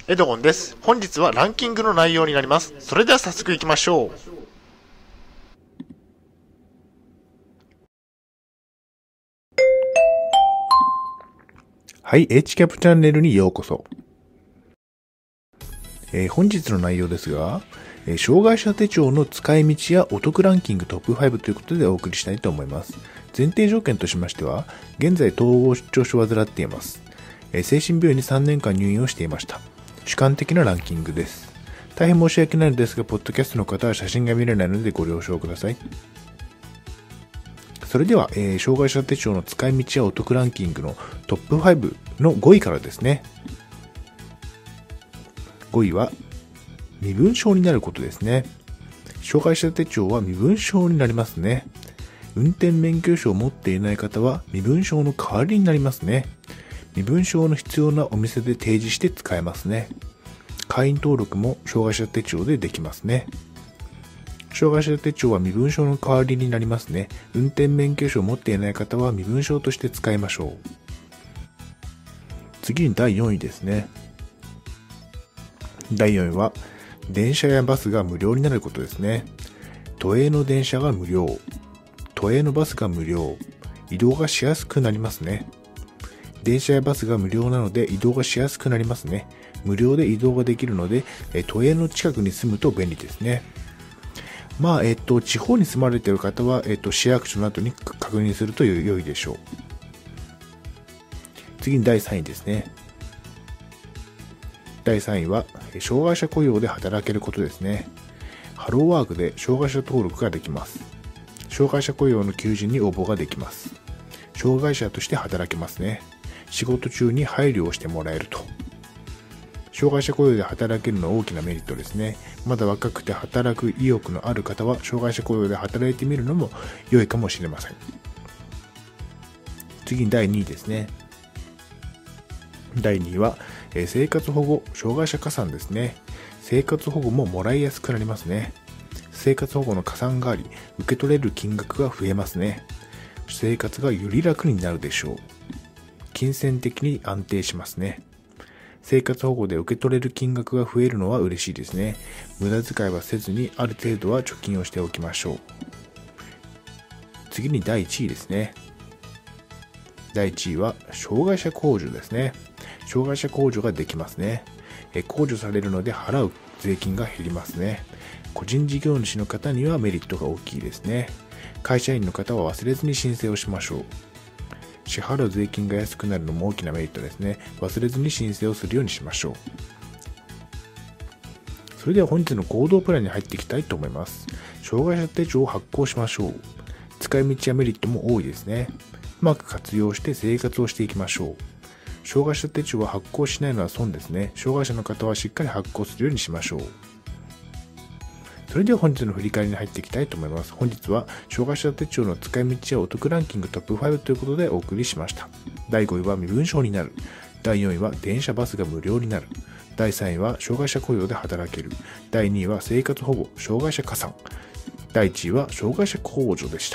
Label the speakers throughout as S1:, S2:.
S1: エドゴンです。本日はランキングの内容になります。それでは早速いきましょう。
S2: はい、HCAP チャンネルにようこそ。本日の内容ですが、障害者手帳の使い道やお得ランキングトップ5ということでお送りしたいと思います。前提条件としましては、現在統合失調症を患っています。精神病院に3年間入院をしていました。主観的なランキングです。大変申し訳ないのですが、ポッドキャストの方は写真が見れないのでご了承ください。それでは、障害者手帳の使い道やお得ランキングのトップ5の5位からですね。5位は身分証になることですね。障害者手帳は身分証になりますね。運転免許証を持っていない方は身分証の代わりになりますね。身分証の必要なお店で提示して使えますね。会員登録も障害者手帳でできますね。障害者手帳は身分証の代わりになりますね。運転免許証を持っていない方は身分証として使いましょう。次に第4位ですね。第4位は電車やバスが無料になることですね。都営の電車が無料、都営のバスが無料、移動がしやすくなりますね。電車やバスが無料なので移動がしやすくなりますね。無料で移動ができるので、都営の近くに住むと便利ですね。地方に住まれている方は、市役所などに確認すると良いでしょう。次に第3位ですね。第3位は、障害者雇用で働けることですね。ハローワークで障害者登録ができます。障害者雇用の求人に応募ができます。障害者として働けますね。仕事中に配慮をしてもらえると。障害者雇用で働けるのは大きなメリットですね。まだ若くて働く意欲のある方は障害者雇用で働いてみるのも良いかもしれません。次に第2位ですね。第2位は、生活保護障害者加算ですね。生活保護ももらいやすくなりますね。生活保護の加算があり、受け取れる金額が増えますね。生活がより楽になるでしょう。金銭的に安定しますね。生活保護で受け取れる金額が増えるのは嬉しいですね。無駄遣いはせずにある程度は貯金をしておきましょう。次に第1位ですね。第1位は障害者控除ですね。障害者控除ができますね。控除されるので払う税金が減りますね。個人事業主の方にはメリットが大きいですね。会社員の方は忘れずに申請をしましょう。支払う税金が安くなるのも大きなメリットですね。忘れずに申請をするようにしましょう。それでは本日の行動プランに入っていきたいと思います。障害者手帳を発行しましょう。使い道やメリットも多いですね。うまく活用して生活をしていきましょう。障害者手帳は発行しないのは損ですね。障害者の方はしっかり発行するようにしましょう。それでは本日の振り返りに入っていきたいと思います。本日は障害者手帳の使い道やお得ランキングトップ5ということでお送りしました。第5位は身分証になる。第4位は電車バスが無料になる。第3位は障害者雇用で働ける。第2位は生活保護障害者加算。第1位は障害者控除でした。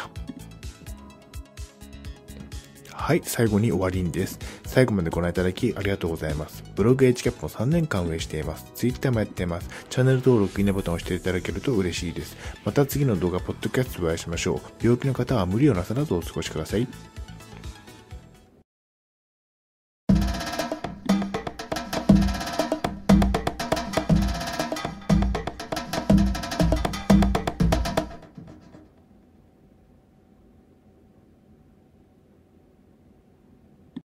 S2: はい、最後に終わりにです。最後までご覧いただきありがとうございます。ブログ HCAP も3年間運営しています。Twitter もやっています。チャンネル登録、いいねボタンを押していただけると嬉しいです。また次の動画、ポッドキャストでお会いしましょう。病気の方は無理をなさらずお過ごしください。